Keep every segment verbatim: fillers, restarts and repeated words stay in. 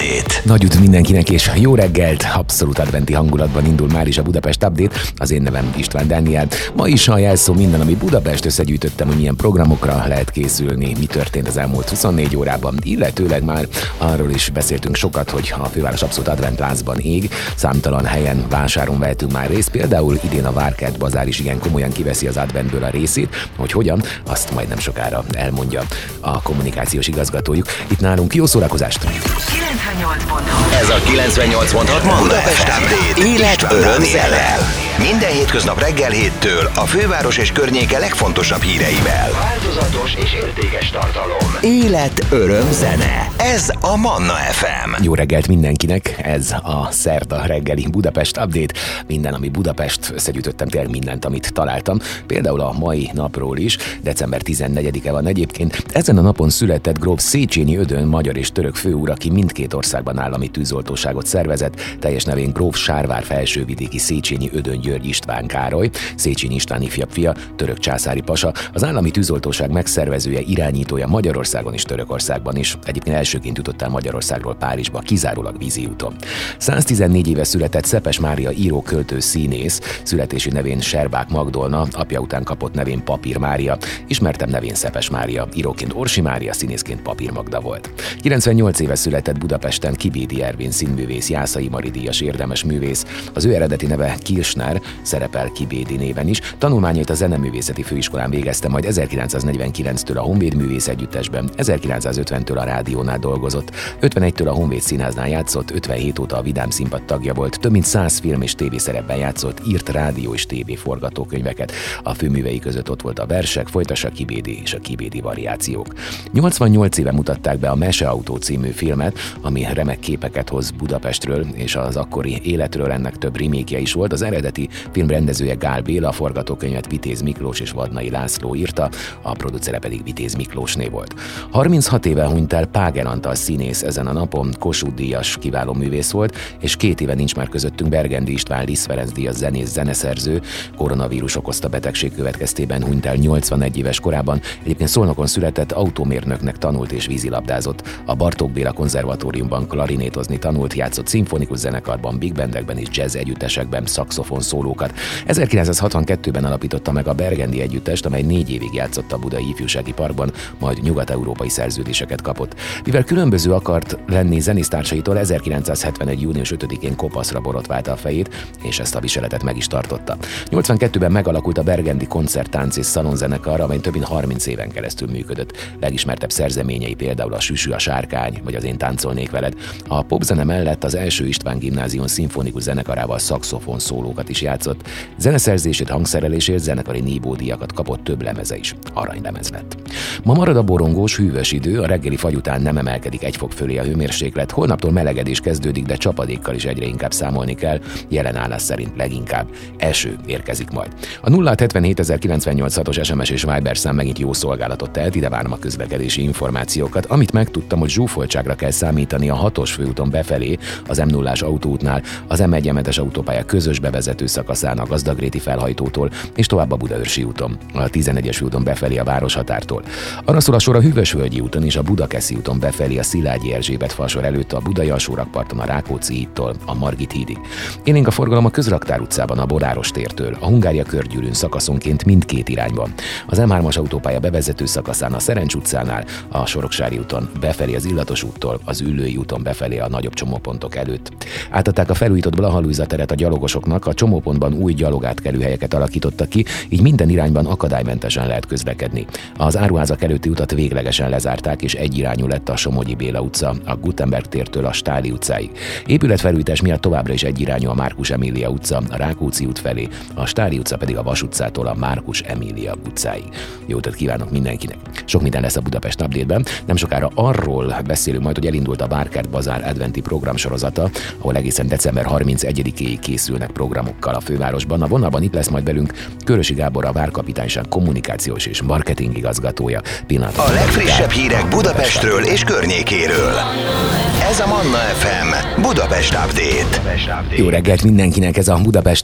Update. Nagy üdv mindenkinek és jó reggelt! Abszolút adventi hangulatban indul már is a Budapest Update. Az én nevem István Dániel. Ma is a jelszó minden, ami Budapest, összegyűjtöttem, hogy milyen programokra lehet készülni, mi történt az elmúlt huszonnégy órában, illetőleg már arról is beszéltünk sokat, hogy a főváros abszolút adventlázban ég, számtalan helyen vásáron vehetünk már részt, például idén a Várkert bazár is igen komolyan kiveszi az adventből a részét, hogy hogyan, azt majd nem sokára elmondja a kommunikációs igazgatójuk. Itt nálunk jó szórakozást! kilencvennyolc pont hat Ez a kilencvennyolc pont hat Budapest Update. Élet, öröm, zene. Minden hétköznap reggel héttől a főváros és környéke legfontosabb híreivel. Változatos és értékes tartalom. Élet, öröm, zene. Ez a Manna ef em. Jó reggelt mindenkinek, ez a szerda reggeli Budapest Update. Minden, ami Budapest, összegyűjtöttem tényleg mindent, amit találtam. Például a mai napról is, december tizennegyedike van egyébként. Ezen a napon született gróf Széchenyi Ödön, magyar és török főúr, aki mindkét országban állami tűzoltóságot szervezett, teljes nevén gróf Sárvár Felsővidéki Széchenyi Ödön György István Károly, Széchenyi István ifjabb fia, török császári pasa, az állami tűzoltóság megszervezője, irányítója Magyarországon és Törökországban is. Egyébként elsőként jutott el Magyarországról Párizsba, kizárólag vízi úton. száztizennégy éve született Szepes Mária író, költő, színész, születési nevén Serbák Magdolna, apja után kapott nevén Papír Mária, ismertem nevén Szepes Mária, íróként Orsi Mária, színészként Papír Magda volt. kilencvennyolc éve született Budapesten Kibédi Ervin színművész, Jászai Mari díjas érdemes művész. Az ő eredeti neve Kirchner, szerepel Kibédi néven is. Tanulmányait a Zeneművészeti Főiskolán végezte, majd ezerkilencszáznegyvenkilenctől a Honvéd Művész Együttesben, ezerkilencszázötventől a rádiónál dolgozott, ötvenegytől a Honvéd Színháznál játszott, ötvenhét óta a Vidám Színpad tagja volt, több mint száz film és tévészerepben játszott, írt rádió és tévé forgatókönyveket. A főművei között ott volt a Versek, Folytassa Kibédi és a Kibédi variációk. nyolcvannyolc éve mutatták be a Meseautó című filmet, ami remek képeket hoz Budapestről és az akkori életről, ennek több remake-je is volt. Az eredeti film rendezője Gál Béla, a forgatókönyvet Vitéz Miklós és Vadnai László írta, a producere pedig Vitéz Miklósné volt. harminchat éve hunyt el Páger Antal színész ezen a napon, Kossuth-díjas kiváló művész volt, és két éve nincs már közöttünk Bergendi István, Liszt Ferenc díjas zenész, zeneszerző. Koronavírus okozta betegség következtében hunyt el nyolcvanegy éves korában. Egyébként Szolnokon született, autómérnöknek tanult és vízilabdázott. A Bartók Béla konzervatóriumban klarinétozni tanult, játszott szimfonikus zenekarban, big bandekben és jazz együttesekben szaxofon szólókat. ezerkilencszázhatvankettőben alapította meg a Bergendi Együttest, amely négy évig játszott a Budai Ifjúsági Parkban, majd nyugat-európai szerződéseket kapott. Mivel különböző akart lenni zenésztársaitól, ezerkilencszázhetvenegy június ötödikén kopaszra borotválta a fejét, és ezt a viseletet meg is tartotta. nyolcvankettőben megalakult a Bergendi Koncerttánc és Szalonzenekar, amely több mint harminc éven keresztül működött. Legismertebb szerzeményei például a Süsű, a Sárkány vagy az Én táncolnék veled. A popzene mellett az első István Gimnázium szimfonikus zenekarával szaxofon szólókat is játszott. Zeneszerzését, hangszerelésért zenekari Nívó-díjakat kapott, több lemeze is aranylemez lett. Ma marad a borongós, hűvös idő, a reggeli fagy után nem emelkedik egy fok fölé a hőmérséklet, holnaptól melegedés kezdődik, de csapadékkal is egyre inkább számolni kell, jelen állás szerint leginkább eső érkezik majd. A nulla hetvenhét ezerkilencvennyolc hatos es em es és Viber szám megint jó szolgálatot telt, ide várom a közlekedési információkat. Amit megtudtam, hogy zsúfoltságra kell számítani a hatos főúton befelé, az em nullás autóútnál, az em egy autópálya közös bevezető szakaszán a Gazdagréti felhajtótól, és tovább a Budaörsi úton, a tizenegyes úton befelé a városhatártól. Arra szól a sor a Hűvösvölgyi úton és a Budakeszi úton befelé a Szilágyi Erzsébet falsor előtt, a Budai alsórakparton a Rákóczi hídtól a Margit hídig. Élénk a forgalom a Közraktár utcában a Boráros tértől, a Hungária körgyűrűn szakaszonként mindkét irányban. Az em hármas autópálya bevezető szakaszán a Szerencs utcánál, a Soroksári úton befelé az Illatos úttól, az Üllői úton befelé a nagyobb csomópontok előtt. Átadták a felújított Blaha Lujza teret a gyalogosoknak, a csomópontban új gyalogátkelő helyeket alakítottak ki, így minden irányban akadálymentesen lehet közlekedni. Az áruházak előtti utat véglegesen lezárták, és egyirányú lett a Somogyi Béla utca, a Gutenberg tértől a Stáli utcáig. Épületfelújítás miatt továbbra is egyirányú a Márkus Emília utca, a Rákóczi út felé, a Stáli utca pedig a Vas utcától a Márkus Emília utcáig. Jó utat kívánok mindenkinek! Sok minden lesz a Budapest Update-ben. Nem sokára arról beszélünk majd, hogy elindult a Várkert bazár adventi programsorozata, ahol egészen december harmincegyedikéig készülnek programokkal a fővárosban. A vonalban itt lesz majd velünk Körösi Gábor, a Várkapitányság kommunikációs és marketing igazgatója. Pillanatban. A legfrissebb hírek Budapestről és környékéről. Ez a Manna ef em Budapest Update. Jó reggelt mindenkinek, ez a Budapest Update.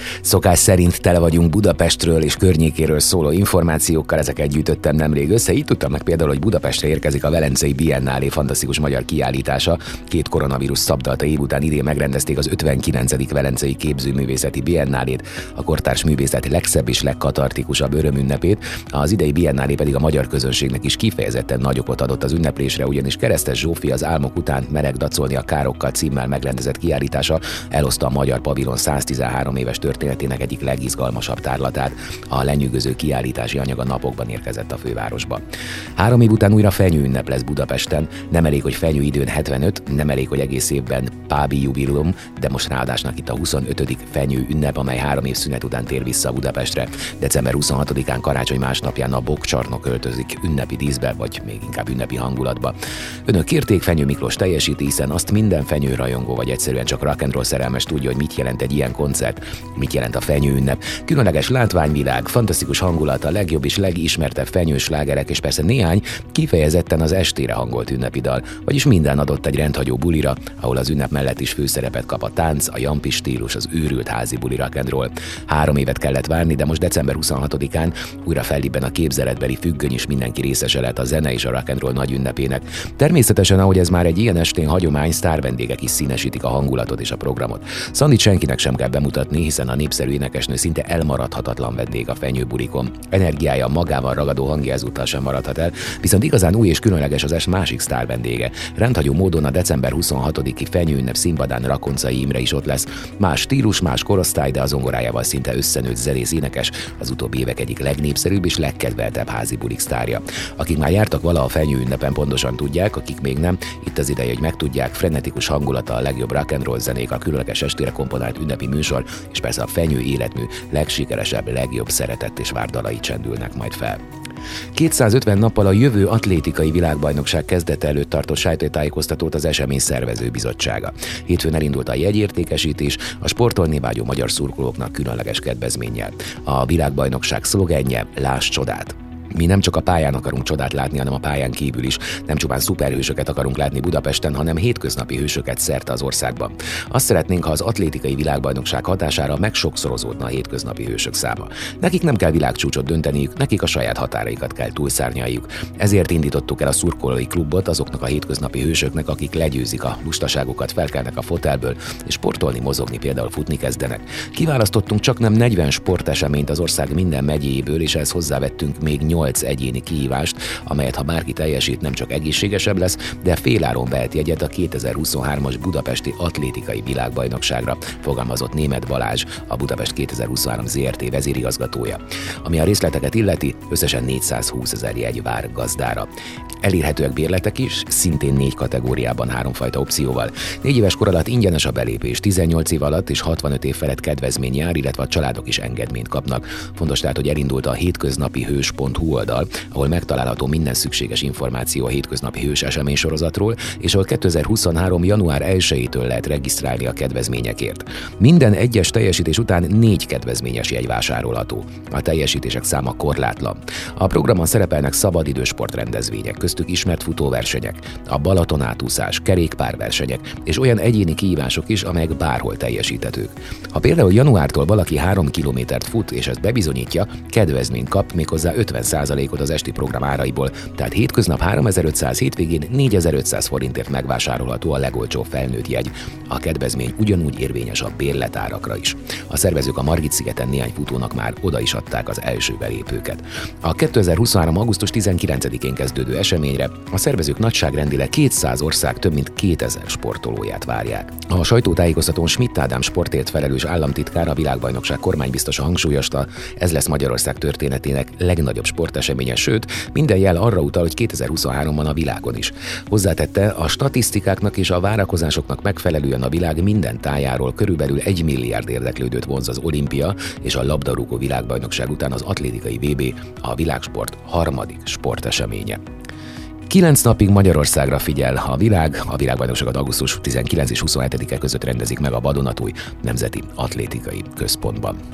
Szokás szerint tele vagyunk Budapestről és környékéről szóló információkkal, ezeket gyűjtöttem nemrég össze. Így tudtam meg például, hogy Budapestre érkezik a Velencei Biennálé fantasztikus magyar kiállítása. Két koronavírus szabdalta év után idén megrendezték az ötvenkilencedik Velencei Képzőművészeti Biennálét, a kortárs művészet legszebb és legkatartikusabb örömünnepét. Az idei Biennálé pedig a magyar közönségnek is kifejezetten nagy okot adott az ünneplésre, ugyanis Keresztes Zsófi az Álmok után mereg dacolni a károkkal címmel megrendezett kiállítása elhozta a magyar pavilon száztizenhárom éves történetének egyik legizgalmasabb tárlatát. A lenyűgöző kiállítási anyag a napokban érkezett a fővárosba. Három év után újra fenyőünnep lesz Budapesten. Nem elég, hogy fenyőidőn hetvenöt, nem elég, hogy egész évben pábi jubileum, de most ráadásnak itt a huszonötödik fenyőünnep, amely három év szünet után tér vissza Budapestre. december huszonhatodikán karácsony másnapján a Bokcsarnok öltözik ünnepi díszbe, vagy még inkább ünnepi hangulatba. Önök kérték, Fenyő Miklós teljesíti, hiszen azt minden fenyőrajongó vagy egyszerűen csak rock and roll szerelmes tudja, hogy mit jelent egy ilyen koncert, mit jelent a fenyőünnep. Különleges látványvilág, fantasztikus hangulat, a legjobb és legismertebb fenyős slágerek, és persze néhány kifejezetten az estére hangolt ünnepi dal, vagyis minden adott egy rendhagyó bulira, ahol az ünnep mellett is főszerepet kap a tánc, a jampi stílus, az őrült házi buli rock and roll. Három évet kellett várni, de most december huszonhatodikán újra fellibben a képzeletbeli függöny, és mindenki részese lett a zene és a rock and roll nagy ünnepének. Természetesen, ahogy ez már egy ilyen estén hagyomány, sztárvendégek is színesítik a hangulatot és a programot. Szandit senkinek sem kell bemutatni, hiszen a népszerű énekesnő szinte elmaradhatatlan vendég a fenyőbulikon. Energiája, magával ragadó hangja ezúttal sem maradhat el, viszont igazán új és különleges az est másik sztárvendége. Rendhagyó módon a december huszonhatodiki fenyőünnep színpadán Rakoncai Imre is ott lesz. Más stílus, más korosztály, de az zongorájával szinte összenőtt zenész énekes, az utóbbi évek egyik legnépszerűbb és legkedveltebb házi bulik sztárja. Akik már jártak valaha a fenyőünnepen, pontosan tudják, akik még nem, itt az ideje, hogy megtudják, frenetikus hangulata, a legjobb rock and roll zenék, a különleges estére komponált ünnepi műsor, és persze a fenyő életmű legsikeresebb, legjobb szeretett és várdalai csendülnek majd fel. kétszázötven nappal a jövő atlétikai világbajnokság kezdete előtt tartott sajtótájékoztatót az esemény szervező bizottsága. Hétfőn elindult a jegyértékesítés, a sportolni vágyó magyar szurkolóknak különleges kedvezménnyel. A világbajnokság szlogenje: Lásd csodát! Mi nem csak a pályán akarunk csodát látni, hanem a pályán kívül is. Nem csupán szuperhősöket akarunk látni Budapesten, hanem hétköznapi hősöket szerte az országban. Azt szeretnénk, ha az atlétikai világbajnokság hatására megsokszorozódna a hétköznapi hősök száma. Nekik nem kell világcsúcsot dönteniük, nekik a saját határaikat kell túlszárnyaljuk. Ezért indítottuk el a szurkolói klubot azoknak a hétköznapi hősöknek, akik legyőzik a lustaságukat, felkelnek a fotelből, és sportolni, mozogni, például futni kezdenek. Kiválasztottunk csaknem negyven sporteseményt az ország minden megyéjéből, és ehhez hozzávettünk még nyolc egyéni kihívást, amelyet ha bárki teljesít, nem csak egészségesebb lesz, de féláron vehet jegyet a kétezer-huszonhármas budapesti atlétikai világbajnokságra, fogalmazott Németh Balázs, a Budapest kétezer-huszonhárom zé er té vezérigazgatója. Ami a részleteket illeti, összesen négyszázhúszezer jegy vár gazdára. Elérhetőek bérletek is, szintén négy kategóriában háromfajta opcióval. Négy éves kor alatt ingyenes a belépés, tizennyolc év alatt és hatvanöt év felett kedvezmény jár, illetve a családok is engedményt kapnak. Fontos tehát, hogy elindult a hétköznapi hős pont hu oldal, ahol megtalálható minden szükséges információ a hétköznapi hős eseménysorozatról, és ahol kétezer-huszonhárom január elsejétől lehet regisztrálni a kedvezményekért. Minden egyes teljesítés után négy kedvezményes jegy vásárolható. A teljesítések száma korlátlan. A programon szerepelnek szabadidős sportrendezvények, köztük ismert futóversenyek, a Balaton átúszás, kerékpárversenyek és olyan egyéni kihívások is, amelyek bárhol teljesíthetők. Ha például januártól valaki három kilométert fut, és ezt bebizonyítja, kedvezményt kap, méghozzá ötven százalékot az esti program áraiból, tehát hétköznap háromezer-ötszáz, hétvégén négyezer-ötszáz forintért megvásárolható a legolcsóbb felnőtt jegy. A kedvezmény ugyanúgy érvényes a bérletárakra is. A szervezők a Margit-szigeten néhány futónak már oda is adták az első belépőket. A kétezer-huszonhárom augusztus tizenkilencedikén kezdődő eseményre a szervezők nagyságrendileg kétszáz ország több mint kétezer sportolóját várják. A sajtótájékoztatón Schmidt Ádám sportért felelős államtitkár, a világbajnokság kormánybiztosa hangsúlyozta, ez lesz Magyarország történetének legnagyobb sporteseménye, sőt, minden jel arra utal, hogy kétezer-huszonháromban a világon is. Hozzátette, a statisztikáknak és a várakozásoknak megfelelően a világ minden tájáról körülbelül egy milliárd érdeklődőt vonz az olimpia és a labdarúgó világbajnokság után az atlétikai vé bé, a világsport harmadik sporteseménye. Kilenc napig Magyarországra figyel a világ, a világbajnokságot augusztus tizenkilencedike és huszonhetedike között rendezik meg a Vadonatúj Nemzeti Atlétikai Központban.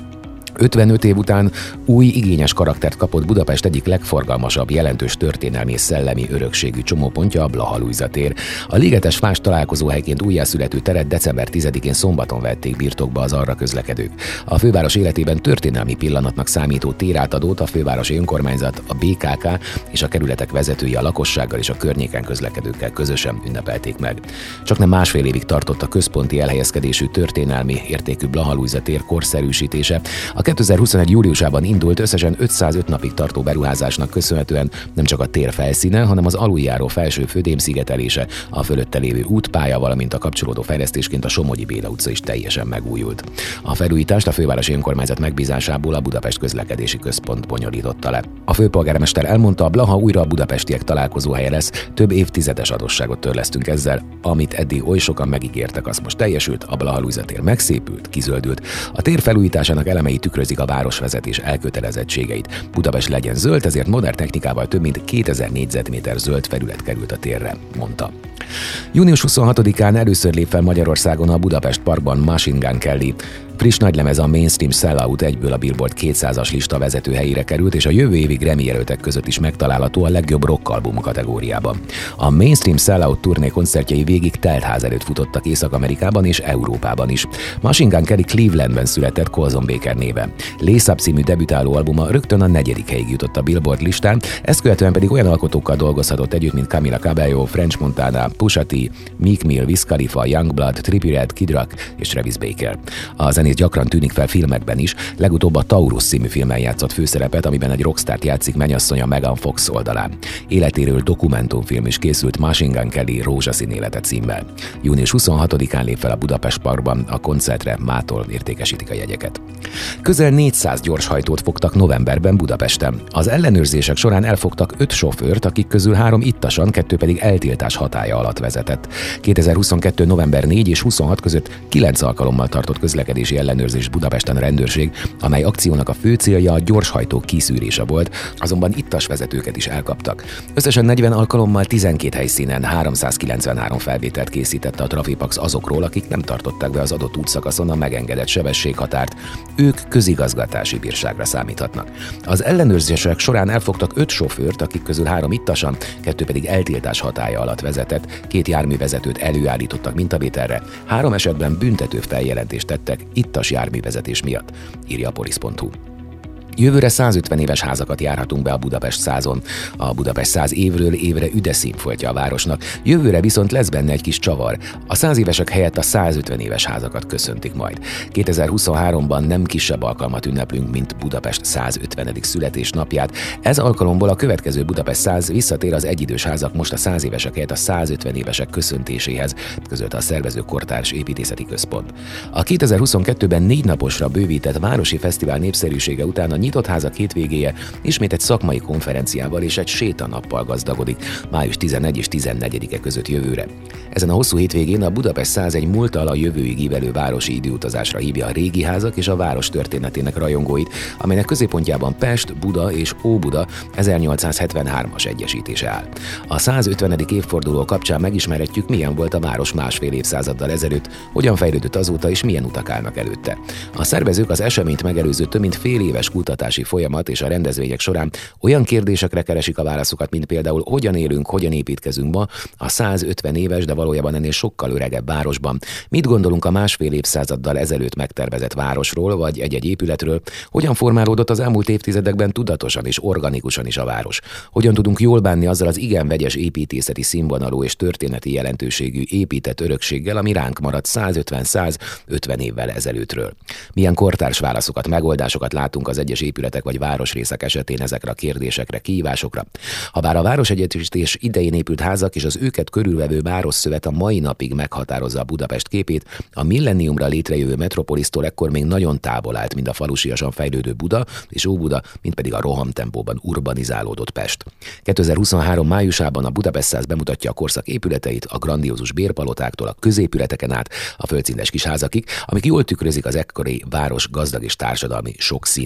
ötvenöt év után új, igényes karaktert kapott Budapest egyik legforgalmasabb, jelentős történelmi és szellemi örökségű csomópontja, a Blaha Lujza tér. A ligetes fás találkozóhelyként újjászülető teret december tizedikén szombaton vették birtokba az arra közlekedők. A főváros életében történelmi pillanatnak számító térátadót a fővárosi önkormányzat, a bé ká ká és a kerületek vezetői a lakossággal és a környéken közlekedőkkel közösen ünnepelték meg. Csaknem másfél évig tartott a központi elhelyezkedésű történelmi értékű Blaha Lujza tér korszerűsítése. A kétezer-huszonegy júliusában indult összesen ötszázöt napig tartó beruházásnak köszönhetően nem csak a tér felszíne, hanem az aluljáró felső födém szigetelése, a fölötte lévő útpálya, valamint a kapcsolódó fejlesztésként a Somogyi Béla utca is teljesen megújult. A felújítást a fővárosi önkormányzat megbízásából a Budapest Közlekedési Központ bonyolította le. A főpolgármester elmondta, a Blaha újra a budapestiek találkozóhelye lesz, több évtizedes adósságot törlesztünk ezzel, amit eddig oly sokan megígértek, az most teljesült, a Blaha Lujza tér megszépült, kizöldült. A tér felújításának elemei tükrözik a városvezetés elkötelezettségeit. Budapest legyen zöld, ezért modern technikával több mint kétezer négyzetméter zöld felület került a térre, mondta. június huszonhatodikán először lép fel Magyarországon a Budapest Parkban Machine Gun Kelly. Friss nagylemez, a Mainstream Sellout egyből a Billboard kétszázas lista vezető helyére került, és a jövő évi Grammy jelöltek között is megtalálható a legjobb rockalbum kategóriában. A Mainstream Sellout turné koncertjei végig teltház előtt futottak Észak-Amerikában és Európában is. Machine Gun Kelly Clevelandben született Colson Baker néven. Lace Up című debütáló albuma rögtön a negyedik helyig jutott a Billboard listán, ezt követően pedig olyan alkotókkal dolgozhatott együtt, mint Camila Cabello, French Montana, Pusha T, Meek Mill, Wiz Khalifa, Youngblood, Trippie Redd, Kid Rock és Travis Baker. A zenész gyakran tűnik fel filmekben is, legutóbb a Taurus című filmben játszott főszerepet, amiben egy rockstárt játszik mennyasszonya Megan Fox oldalán. Életéről dokumentumfilm is készült, Machine Gun Kelly Rózsaszín élete címmel. június huszonhatodikán lép fel a Budapest Parkban, a koncertre mától értékesítik a jegyeket. Közel négyszáz gyorshajtót fogtak novemberben Budapesten. Az ellenőrzések során elfogtak öt sofőrt, akik közül három ittasan, kettő pedig eltiltás hatálya alatt vezetett. kétezer-huszonkettő november negyedike és huszonhat között kilenc alkalommal tartott közlekedési ellenőrzés Budapesten a rendőrség, amely akciónak a fő célja a gyorshajtók kiszűrése volt, azonban ittas vezetőket is elkaptak. Összesen negyven alkalommal tizenkét helyszínen háromszázkilencvenhárom felvételt készített a Trafipax azokról, akik nem tartották be az adott útszakaszon a megengedett sebességhatárt. Ők közigazgatási bírságra számíthatnak. Az ellenőrzések során elfogtak öt sofőrt, akik közül három ittasan, kettő pedig eltiltás hatálya alatt vezetett, két járművezetőt előállítottak mintavételre, három esetben büntető feljelentést tettek ittas járművezetés miatt, írja a polisz pont hu. Jövőre százötven éves házakat járhatunk be a Budapest százon. A Budapest száz évről évre üde színfoltja a városnak, jövőre viszont lesz benne egy kis csavar. A száz évesek helyett a százötven éves házakat köszöntik majd. kétezer-huszonháromban nem kisebb alkalmat ünneplünk, mint Budapest százötvenedik születésnapját. Ez alkalomból a következő Budapest száz visszatér az egyidős házak most a száz évesek helyett a százötven évesek köszöntéséhez, közölte a szervező Kortárs Építészeti Központ. A kétezer-huszonkettőben négy naposra bővített városi fesztivál népszerűsége után a nyitott házak hétvégéje ismét egy szakmai konferenciával és egy sétanappal gazdagodik május tizenegy és tizennegyedike között jövőre. Ezen a hosszú hétvégén a Budapest száz egy múlttal a jövőig ívelő városi időutazásra hívja a régi házak és a város történetének rajongóit, amelynek középpontjában Pest, Buda és Óbuda ezernyolcszázhetvenhármas egyesítése áll. A százötvenedik évforduló kapcsán megismerhetjük, milyen volt a város másfél évszázaddal ezelőtt, hogyan fejlődött azóta és milyen utak állnak előtte. A szervezők az eseményt megelőző több mint fél éves kutatási folyamat és a rendezvények során olyan kérdésekre keresik a válaszokat, mint például hogyan élünk, hogyan építkezünk ma a százötven éves, de valójában ennél sokkal öregebb városban. Mit gondolunk a másfél évszázaddal ezelőtt megtervezett városról vagy egy-egy épületről, hogyan formálódott az elmúlt évtizedekben tudatosan és organikusan is a város. Hogyan tudunk jól bánni azzal az igen vegyes építészeti színvonalú és történeti jelentőségű épített örökséggel, ami ránk maradt százötven-százötven évvel ezelőttről. Milyen kortárs válaszokat, megoldásokat látunk az egyes épületek vagy városrészek esetén ezekre a kérdésekre, kihívásokra. Habár a városegyesítés idején épült házak és az őket körülvevő városszövet a mai napig meghatározza a Budapest képét, a millenniumra létrejövő metropolisztól ekkor még nagyon távol állt, mind a falusiasan fejlődő Buda és Óbuda, mint pedig a rohamtempóban urbanizálódott Pest. kétezer-huszonhárom májusában a Budapest száz bemutatja a korszak épületeit, a grandiózus bérpalotáktól a középületeken át a földszintes kis házakig, amik jól tükrözik az ekkori város gazdag és társadalmi sokszínűségét.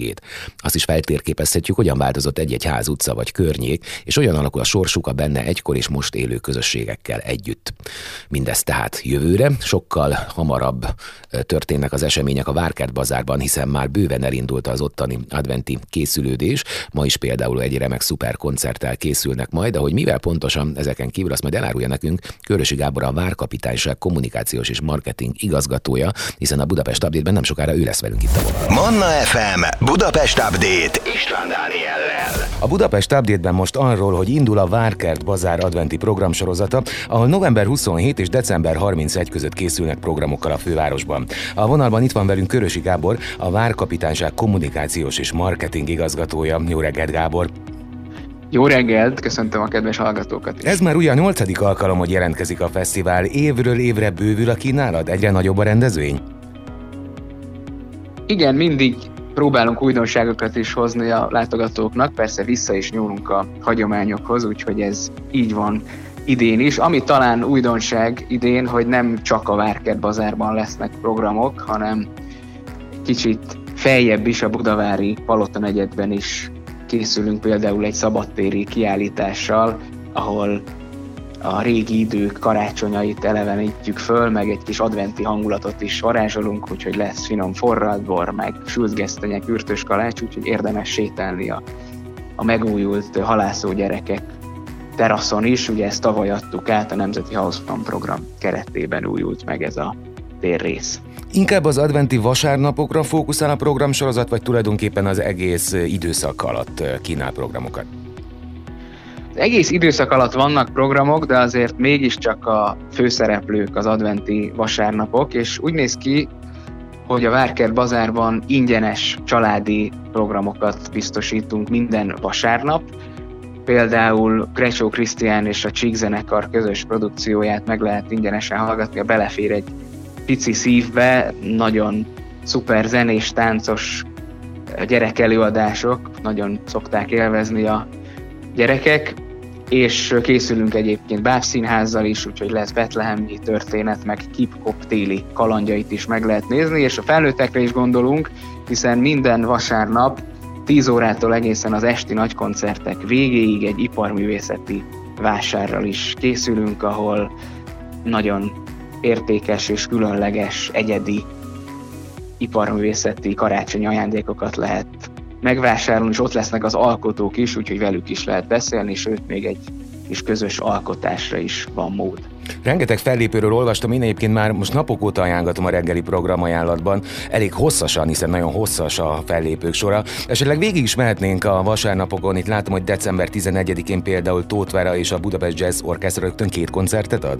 örökségét. Azt is feltérképezhetjük, hogyan változott egy-egy ház, utca vagy környék, és hogyan alakul a sorsuk a benne egykor és most élő közösségekkel együtt. Mindez tehát jövőre, sokkal hamarabb történnek az események a Várkert Bazárban, hiszen már bőven elindult az ottani adventi készülődés. Ma is például egy remek szuper koncerttel készülnek majd, de hogy mivel pontosan ezeken kívül, azt majd elárulja nekünk Körösi Gábor, a Várkapitányság kommunikációs és marketing igazgatója, hiszen a Budapest Update-ben nem sokára ő lesz velünk itt a vonalban. Manna ef em Budapest Update István Dániellel. A Budapest Update-ben most arról, hogy indul a Várkert Bazár adventi programsorozata, ahol november huszonhét és december harmincegy között készülnek programokkal a fővárosban. A vonalban itt van velünk Körösi Gábor, a Várkapitányság kommunikációs és marketing igazgatója. Jó reggelt, Gábor! Jó reggelt, köszöntöm a kedves hallgatókat is. Ez már ugye a nyolcadik alkalom, hogy jelentkezik a fesztivál. Évről évre bővül a kínálat, egyre nagyobb a rendezvény? Igen, mindig próbálunk újdonságokat is hozni a látogatóknak, persze vissza is nyúlunk a hagyományokhoz, úgyhogy ez így van idén is. Ami talán újdonság idén, hogy nem csak a Várkert Bazárban lesznek programok, hanem kicsit feljebb is a budavári Palotanegyedben is készülünk például egy szabadtéri kiállítással, ahol a régi idők karácsonyait elevenítjük föl, meg egy kis adventi hangulatot is varázsolunk, úgyhogy lesz finom forradbor, meg sülcgesztenyek, ürtös kalács, úgyhogy érdemes sétálni a, a megújult halászó gyerekek teraszon is. Ugye ezt tavaly adtuk át, a Nemzeti House Fun program keretében újult meg ez a térrész. Inkább az adventi vasárnapokra fókuszál a programsorozat, vagy tulajdonképpen az egész időszak alatt kínál programokat? Az egész időszak alatt vannak programok, de azért mégiscsak a főszereplők az adventi vasárnapok, és úgy néz ki, hogy a Várkert Bazárban ingyenes családi programokat biztosítunk minden vasárnap. Például Krecsó Krisztián és a Csík zenekar közös produkcióját meg lehet ingyenesen hallgatni, a belefér egy pici szívbe, nagyon szuper zenés, táncos gyerekelőadások, nagyon szokták élvezni a gyerekek, és készülünk egyébként bábszínházzal is, úgyhogy lesz betlehemi történet, meg Kip-Kop téli kalandjait is meg lehet nézni, és a felnőttekre is gondolunk, hiszen minden vasárnap tíz órától egészen az esti nagykoncertek végéig egy iparművészeti vásárral is készülünk, ahol nagyon értékes és különleges, egyedi iparművészeti karácsonyi ajándékokat lehet megvásárolni, és ott lesznek az alkotók is, úgyhogy velük is lehet beszélni, sőt még egy kis közös alkotásra is van mód. Rengeteg fellépőről olvastam, én egyébként már most napok óta ajánlatom a reggeli programajánlatban, elég hosszasan, hiszen nagyon hosszas a fellépők sora. Esetleg végig is mehetnénk a vasárnapokon, itt látom, hogy december tizenegyedikén például Tóth Vera és a Budapest Jazz Orchestra rögtön két koncertet ad?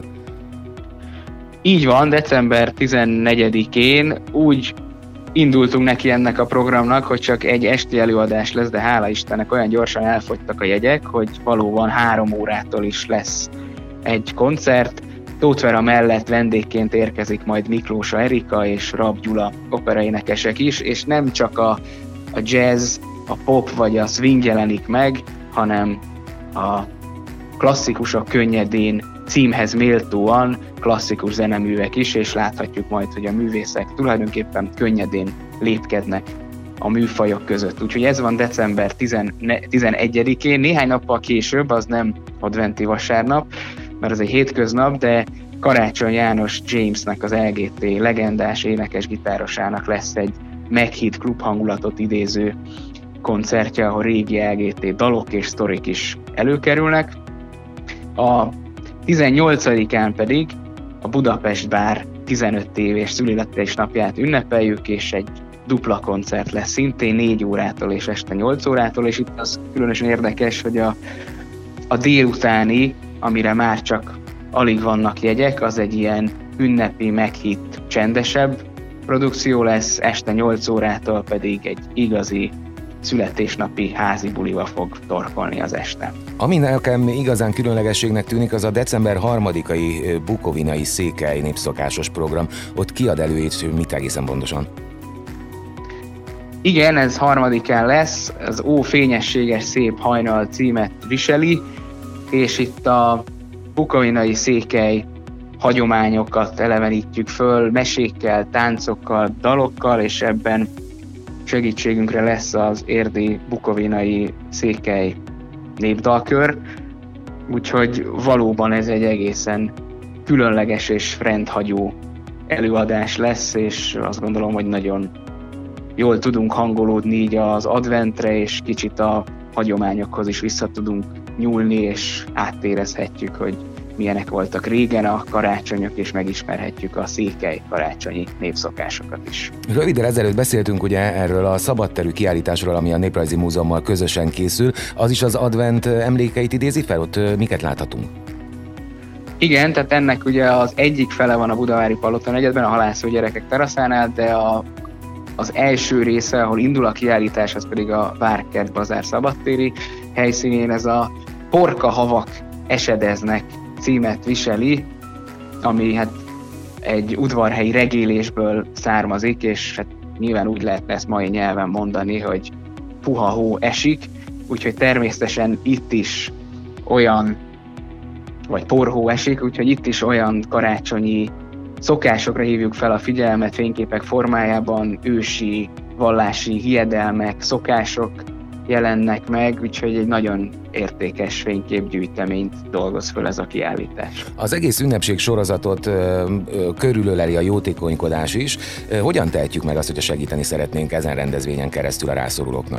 Így van, december tizennegyedikén úgy indultunk neki ennek a programnak, hogy csak egy esti előadás lesz, de hála Istennek olyan gyorsan elfogytak a jegyek, hogy valóban három órától is lesz egy koncert. Tóth Vera mellett vendégként érkezik majd Miklósa Erika és Rab Gyula operaénekesek is, és nem csak a, a jazz, a pop vagy a swing jelenik meg, hanem a klasszikusok könnyedén címhez méltóan klasszikus zeneművek is, és láthatjuk majd, hogy a művészek tulajdonképpen könnyedén lépkednek a műfajok között. Úgyhogy ez van december tizenegyedikén, néhány nappal később, az nem adventi vasárnap, mert az egy hétköznap, de Karácsony János Jamesnek, az el gé té legendás énekes-gitárosának lesz egy meghitt klubhangulatot idéző koncertje, ahol régi el gé té dalok és sztorik is előkerülnek. A tizennyolcadikán pedig a Budapest Bár tizenöt éves születésnapját ünnepeljük, és egy dupla koncert lesz szintén négy órától és este nyolc órától, és itt az különösen érdekes, hogy a, a délutáni, amire már csak alig vannak jegyek, az egy ilyen ünnepi, meghitt, csendesebb produkció lesz, este nyolc órától pedig egy igazi születésnapi házi buliba fog torkolni az este. Ami nekem igazán különlegességnek tűnik, az a december harmadikai bukovinai székely népszokásos program. Ott kiad előét, mit egészen pontosan? Igen, ez harmadikán lesz, az Ó fényességes szép hajnal címet viseli, és itt a bukovinai székely hagyományokat elevenítjük föl, mesékkel, táncokkal, dalokkal, és ebben segítségünkre lesz az érdi bukovinai székely népdalkör, úgyhogy valóban ez egy egészen különleges és rendhagyó előadás lesz, és azt gondolom, hogy nagyon jól tudunk hangolódni így az adventre, és kicsit a hagyományokhoz is vissza tudunk nyúlni, és áttérezhetjük, hogy milyenek voltak régen a karácsonyok, és megismerhetjük a székely karácsonyi népszokásokat is. Röviddel ezelőtt beszéltünk ugye erről a szabadterű kiállításról, ami a Néprajzi Múzeummal közösen készül. Az is az advent emlékeit idézi fel? Ott miket láthatunk? Igen, tehát ennek ugye az egyik fele van a Budavári Palota negyedben, a Halászó gyerekek teraszánál, de a, az első része, ahol indul a kiállítás, az pedig a Várkert Bazár szabadtéri helyszínén. Ez a Porka havak esedeznek címet viseli, ami hát egy udvarhelyi regélésből származik, és hát nyilván úgy lehetne ezt mai nyelven mondani, hogy puha hó esik, úgyhogy természetesen itt is olyan, vagy porhó esik, úgyhogy itt is olyan karácsonyi szokásokra hívjuk fel a figyelmet fényképek formájában, ősi, vallási hiedelmek, szokások jelennek meg, úgyhogy egy nagyon értékes fényképgyűjteményt dolgoz föl ez a kiállítás. Az egész ünnepség sorozatot ö, ö, körülöleli a jótékonykodás is. Ö, hogyan tehetjük meg azt, hogyha segíteni szeretnénk ezen rendezvényen keresztül a rászorulóknak?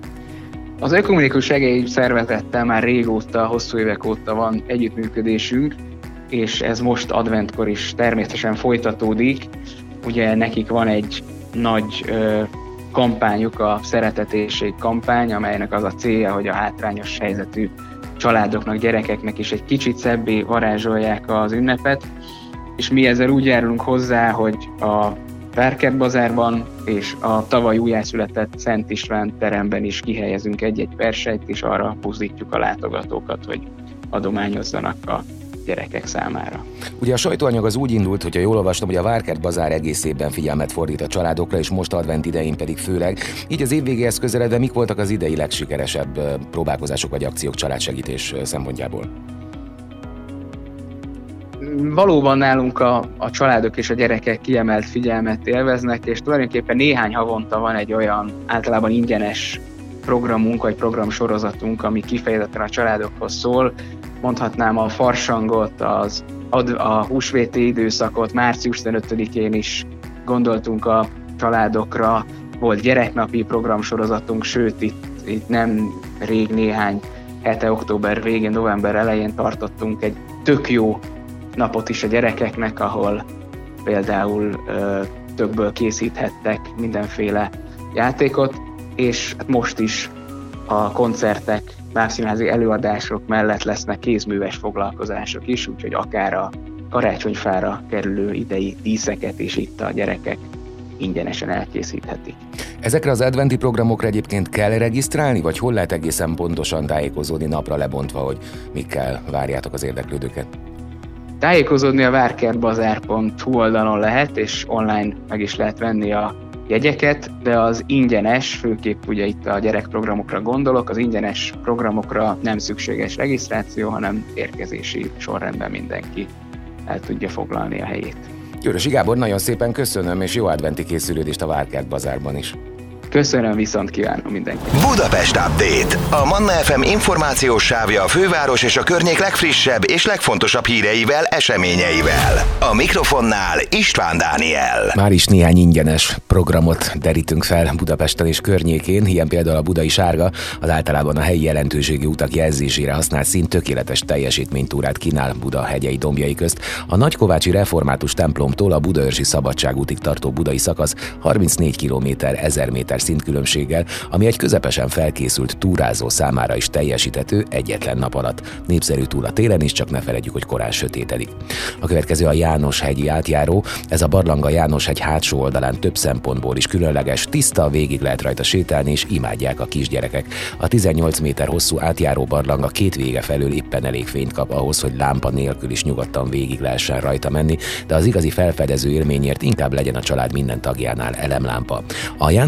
Az Ökumenikus Segélyszervezettel már régóta, hosszú évek óta van együttműködésünk, és ez most adventkor is természetesen folytatódik. Ugye nekik van egy nagy ö, kampányuk, a Szeretetérség kampány, amelynek az a célja, hogy a hátrányos helyzetű családoknak, gyerekeknek is egy kicsit szebbé varázsolják az ünnepet, és mi ezzel úgy járulunk hozzá, hogy a Várkert Bazárban és a tavaly újjászületett Szent István teremben is kihelyezünk egy-egy versenyt, és arra buzdítjuk a látogatókat, hogy adományozzanak a gyerekek számára. Ugye a sajtóanyag az úgy indult, hogyha jól olvastam, hogy a Várkert Bazár egész évben figyelmet fordít a családokra, és most advent idején pedig főleg. Így az év végéhez közeledve mik voltak az idei legsikeresebb próbálkozások vagy akciók családsegítés szempontjából? Valóban nálunk a, a családok és a gyerekek kiemelt figyelmet élveznek, és tulajdonképpen néhány havonta van egy olyan általában ingyenes programunk, vagy programsorozatunk, ami kifejezetten a családokhoz szól. Mondhatnám a farsangot, az, a húsvéti időszakot, március tizenötödikén is gondoltunk a családokra, volt gyereknapi programsorozatunk, sőt itt, itt nem rég néhány hete, október végén, november elején tartottunk egy tök jó napot is a gyerekeknek, ahol például ö, tökből készíthettek mindenféle játékot, és hát most is a koncertek, bábszínházi előadások mellett lesznek kézműves foglalkozások is, úgyhogy akár a karácsonyfára kerülő idei díszeket is itt a gyerekek ingyenesen elkészíthetik. Ezekre az adventi programokra egyébként kell regisztrálni, vagy hol lehet egészen pontosan tájékozódni napra lebontva, hogy mikkel várjátok az érdeklődőket? Tájékozódni a várkertbazár pont hu oldalon lehet, és online meg is lehet venni a jegyeket, de az ingyenes, főképp ugye itt a gyerekprogramokra gondolok, az ingyenes programokra nem szükséges regisztráció, hanem érkezési sorrendben mindenki el tudja foglalni a helyét. Győrösi Gábor, nagyon szépen köszönöm, és jó adventi készülődést a Várkert Bazárban is. Köszönöm, viszont kívánom mindenkinek. Budapest Update. A Manna ef em információs sávja a főváros és a környék legfrissebb és legfontosabb híreivel, eseményeivel. A mikrofonnál István Dániel. Már is néhány ingyenes programot derítünk fel Budapesten és környékén, ilyen például a Budai Sárga, az általában a helyi jelentőségi utak jelzésére használt szín tökéletes teljesítménytúrát kínál Buda hegyei dombjai közt. A Nagykovácsi Református templomtól a Budaörsi Szabadságútig tartó budai szakasz harmincnégy kilométer, ezer méter szintkülönbséggel, ami egy közepesen felkészült túrázó számára is teljesíthető egyetlen nap alatt. Népszerű túl a télen is, csak ne feledjük, hogy korán sötétedik. A következő a János-hegyi átjáró. Ez a barlang a János-hegy hátsó oldalán több szempontból is különleges, tiszta, végig lehet rajta sétálni, és imádják a kisgyerekek. A tizennyolc méter hosszú átjáró barlang a két vége felől éppen elég fényt kap ahhoz, hogy lámpa nélkül is nyugodtan végig lehessen rajta menni, de az igazi felfedező élményért inkább legyen a család minden tagjánál elemlámpa. A János-hegy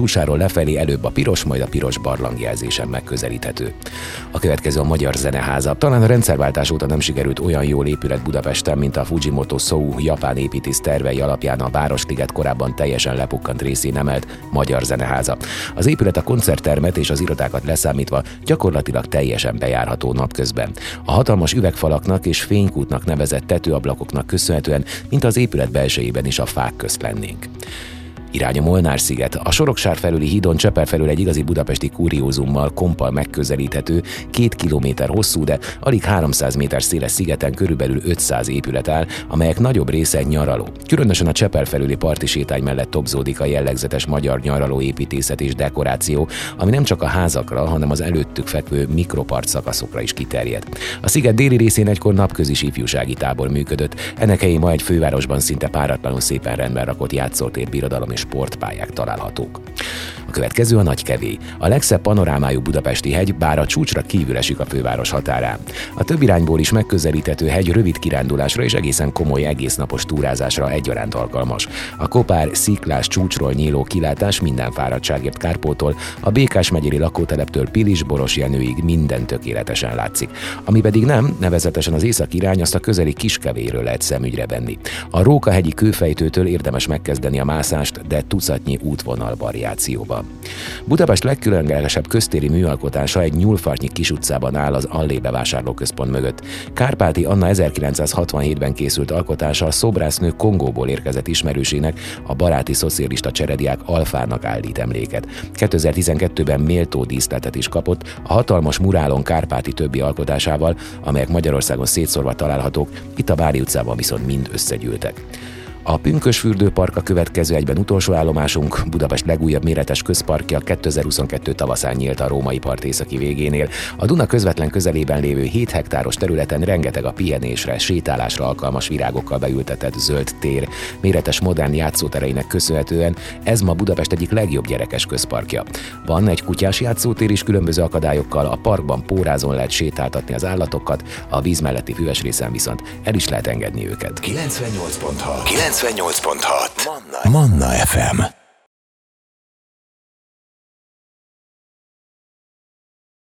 csúcsáról lefelé előbb a piros, majd a piros barlangjelzésen megközelíthető. A következő a Magyar Zeneháza. Talán a rendszerváltás óta nem sikerült olyan jól épület Budapesten, mint a Fujimoto Sou japán építész tervei alapján a Városliget korábban teljesen lepukkant részén emelt Magyar Zeneháza. Az épület a koncerttermet és az irodákat leszámítva gyakorlatilag teljesen bejárható napközben. A hatalmas üvegfalaknak és fénykútnak nevezett tetőablakoknak köszönhetően, mint az épület belsejében is a fák közt lennénk. Irány a Molnár-sziget. A Soroksár felüli hídon Csepel felül egy igazi budapesti kuriózummal, kompal megközelíthető, két kilométer hosszú, de alig háromszáz méter széles szigeten körülbelül ötszáz épület áll, amelyek nagyobb része nyaraló. Különösen a Csepel felüli parti sétány mellett tobzódik a jellegzetes magyar nyaralóépítészet és dekoráció, ami nem csak a házakra, hanem az előttük fekvő mikropart szakaszokra is kiterjed. A sziget déli részén egykor napközis ifjúsági tábor működött, ennek helyén ma egy fővárosban szinte páratlanul szépen rendben rakott játszótér, birodalom és sportpályák találhatók. A következő a Nagykevély. A legszebb panorámájú budapesti hegy, bár a csúcsra kívül esik a főváros határán. A több irányból is megközelíthető hegy rövid kirándulásra és egészen komoly egésznapos túrázásra egyaránt alkalmas. A kopár, sziklás csúcsról nyíló kilátás minden fáradtságért kárpótol, a Békás megyeri lakóteleptől Pilis-Boros Jenőig minden tökéletesen látszik. Ami pedig nem, nevezetesen az északi irány, azt a közeli Kiskevélyről lehet szemügyre venni. A Rókahegyi kőfejtőtől érdemes megkezdeni a mászást, de tucatnyi útvonal variációban. Budapest legkülönlegesebb köztéri műalkotása egy nyúlfartnyi kis utcában áll az Allé bevásárlóközpont mögött. Kárpáti Anna ezerkilencszázhatvanhétben készült alkotása a szobrásznő Kongóból érkezett ismerősének, a baráti szocialista cserediák Alfának állít emléket. kétezer-tizenkettőben méltó díszletet is kapott a hatalmas murálon Kárpáti többi alkotásával, amelyek Magyarországon szétszórva találhatók, itt a Vári utcában viszont mind összegyűltek. A Pünkösfürdőpark a következő egyben utolsó állomásunk. Budapest legújabb méretes közparkja kétezer-huszonkettő tavaszán nyílt a római part északi végénél. A Duna közvetlen közelében lévő hét hektáros területen rengeteg a pihenésre, sétálásra alkalmas virágokkal beültetett zöld tér. Méretes modern játszótereinek köszönhetően ez ma Budapest egyik legjobb gyerekes közparkja. Van egy kutyás játszótér is különböző akadályokkal, a parkban pórázon lehet sétáltatni az állatokat, a víz melletti füves részen viszont el is lehet engedni őket. kilencvennyolc pont hat kilencvennyolc pont hat Manna ef em